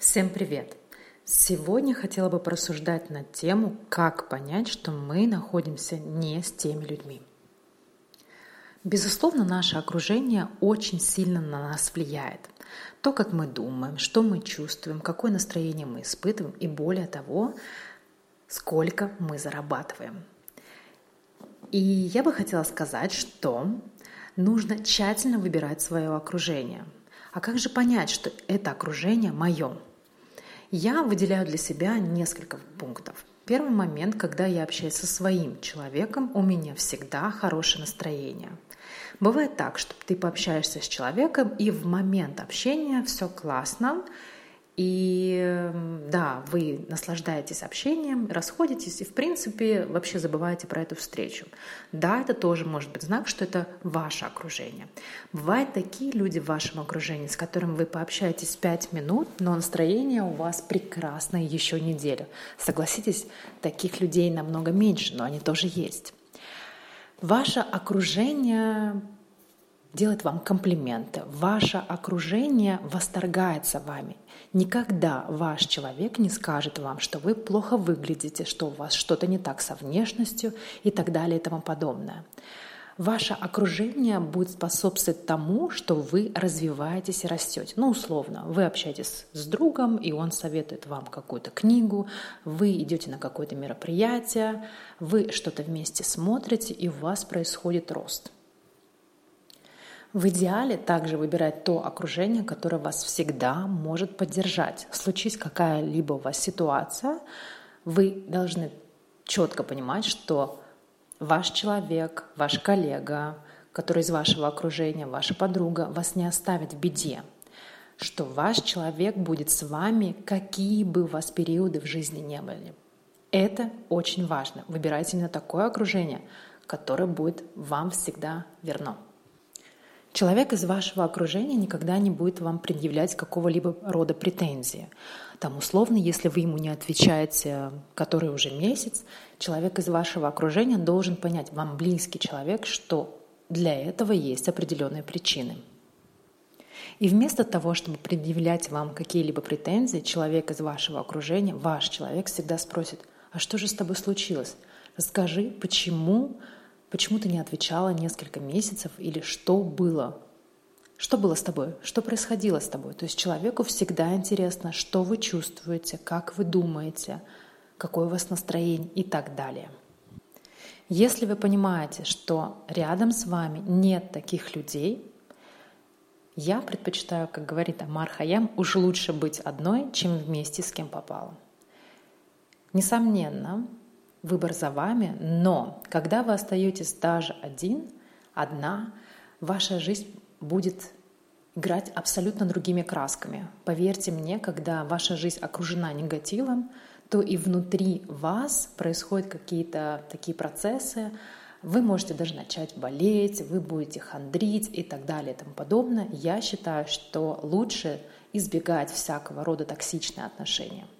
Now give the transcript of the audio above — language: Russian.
Всем привет! Сегодня хотела бы порассуждать на тему, как понять, что мы находимся не с теми людьми. Безусловно, наше окружение очень сильно на нас влияет. То, как мы думаем, что мы чувствуем, какое настроение мы испытываем и, более того, сколько мы зарабатываем. И я бы хотела сказать, что нужно тщательно выбирать свое окружение. А как же понять, что это окружение мое? Я выделяю для себя несколько пунктов. Первый момент, когда я общаюсь со своим человеком, у меня всегда хорошее настроение. Бывает так, что ты пообщаешься с человеком, и в момент общения все классно, и да, вы наслаждаетесь общением, расходитесь и, в принципе, вообще забываете про эту встречу. Да, это тоже может быть знак, что это ваше окружение. Бывают такие люди в вашем окружении, с которыми вы пообщаетесь 5 минут, но настроение у вас прекрасное еще неделю. Согласитесь, таких людей намного меньше, но они тоже есть. Ваше окружение делает вам комплименты, ваше окружение восторгается вами. Никогда ваш человек не скажет вам, что вы плохо выглядите, что у вас что-то не так со внешностью и так далее и тому подобное. Ваше окружение будет способствовать тому, что вы развиваетесь и растете. Условно, вы общаетесь с другом, и он советует вам какую-то книгу, вы идете на какое-то мероприятие, вы что-то вместе смотрите, и у вас происходит рост. В идеале также выбирать то окружение, которое вас всегда может поддержать. Случись какая-либо у вас ситуация, вы должны четко понимать, что ваш человек, ваш коллега, который из вашего окружения, ваша подруга, вас не оставит в беде. Что ваш человек будет с вами, какие бы у вас периоды в жизни не были. Это очень важно. Выбирайте именно такое окружение, которое будет вам всегда верно. Человек из вашего окружения никогда не будет вам предъявлять какого-либо рода претензии. Условно, если вы ему не отвечаете который уже месяц, человек из вашего окружения должен понять, вам близкий человек, что для этого есть определенные причины. И вместо того, чтобы предъявлять вам какие-либо претензии, человек из вашего окружения, ваш человек всегда спросит: «А что же с тобой случилось? Расскажи, почему ты не отвечала несколько месяцев или что было? Что было с тобой? Что происходило с тобой?» То есть человеку всегда интересно, что вы чувствуете, как вы думаете, какое у вас настроение и так далее. Если вы понимаете, что рядом с вами нет таких людей, я предпочитаю, как говорит Амар Хайям, уж лучше быть одной, чем вместе с кем попало. Несомненно, выбор за вами, но когда вы остаетесь даже одна, ваша жизнь будет играть абсолютно другими красками. Поверьте мне, когда ваша жизнь окружена негативом, то и внутри вас происходят какие-то такие процессы. Вы можете даже начать болеть, вы будете хандрить и так далее и тому подобное. Я считаю, что лучше избегать всякого рода токсичных отношений.